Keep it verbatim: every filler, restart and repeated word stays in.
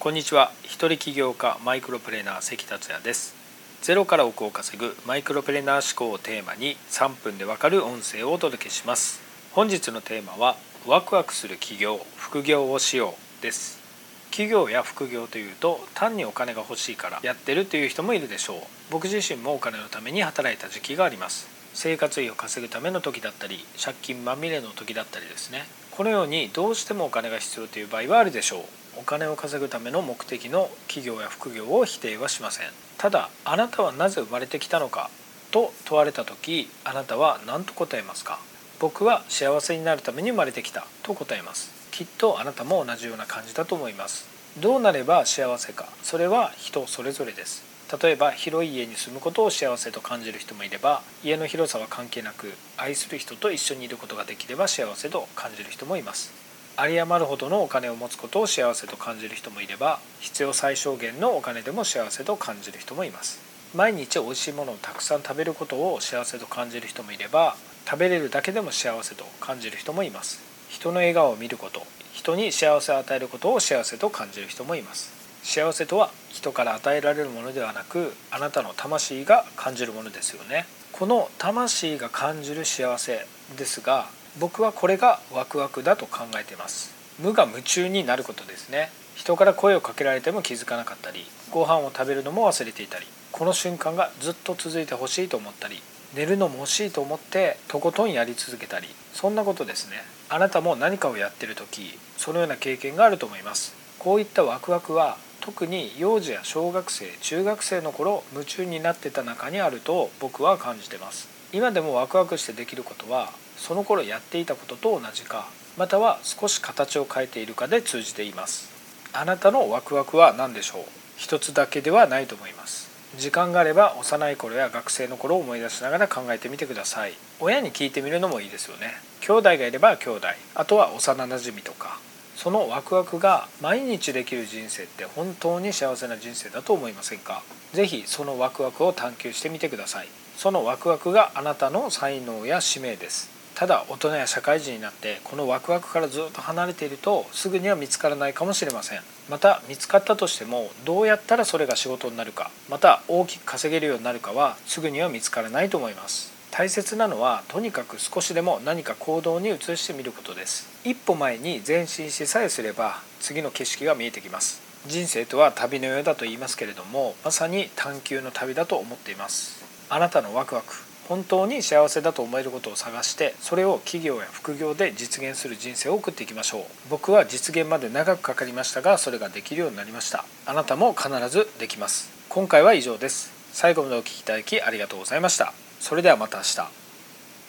こんにちは。一人起業家マイクロプレーナー関達也です。ゼロから億を稼ぐマイクロプレーナー思考をテーマにさんぷんでわかる音声をお届けします。本日のテーマはワクワクする起業、副業をしようです。起業や副業というと単にお金が欲しいからやってるという人もいるでしょう。僕自身もお金のために働いた時期があります。生活費を稼ぐための時だったり、借金まみれの時だったりですね。このようにどうしてもお金が必要という場合はあるでしょう。お金を稼ぐための目的の企業や副業を否定はしません。ただ、あなたはなぜ生まれてきたのかと問われた時、あなたは何と答えますか？僕は幸せになるために生まれてきたと答えます。きっとあなたも同じような感じだと思います。どうなれば幸せか、それは人それぞれです。例えば広い家に住むことを幸せと感じる人もいれば、家の広さは関係なく愛する人と一緒にいることができれば幸せと感じる人もいます。有り余るほどのお金を持つことを幸せと感じる人もいれば、必要最小限のお金でも幸せと感じる人もいます。毎日おいしいものをたくさん食べることを幸せと感じる人もいれば、食べれるだけでも幸せと感じる人もいます。人の笑顔を見ること、人に幸せを与えることを幸せと感じる人もいます。幸せとは人から与えられるものではなく、あなたの魂が感じるものですよね。この魂が感じる幸せですが、僕はこれがワクワクだと考えています。無我夢中になることですね。人から声をかけられても気づかなかったり、ご飯を食べるのも忘れていたり、この瞬間がずっと続いてほしいと思ったり、寝るのも欲しいと思ってとことんやり続けたり、そんなことですね。あなたも何かをやっている時、そのような経験があると思います。こういったワクワクは特に幼児や小学生、中学生の頃夢中になってた中にあると僕は感じています。今でもワクワクしてできることはその頃やっていたことと同じか、または少し形を変えているかで通じています。あなたのワクワクは何でしょう？一つだけではないと思います。時間があれば幼い頃や学生の頃を思い出しながら考えてみてください。親に聞いてみるのもいいですよね。兄弟がいれば兄弟、あとは幼なじみとか。そのワクワクが毎日できる人生って本当に幸せな人生だと思いませんか？ぜひそのワクワクを探求してみてください。そのワクワクがあなたの才能や使命です。ただ大人や社会人になってこのワクワクからずっと離れているとすぐには見つからないかもしれません。また見つかったとしてもどうやったらそれが仕事になるか、また大きく稼げるようになるかはすぐには見つからないと思います。大切なのはとにかく少しでも何か行動に移してみることです。一歩前に前進しさえすれば次の景色が見えてきます。人生とは旅のようだと言いますけれども、まさに探求の旅だと思っています。あなたのワクワク、本当に幸せだと思えることを探して、それを企業や副業で実現する人生を送っていきましょう。僕は実現まで長くかかりましたが、それができるようになりました。あなたも必ずできます。今回は以上です。最後までお聞きいただきありがとうございました。それではまた明日。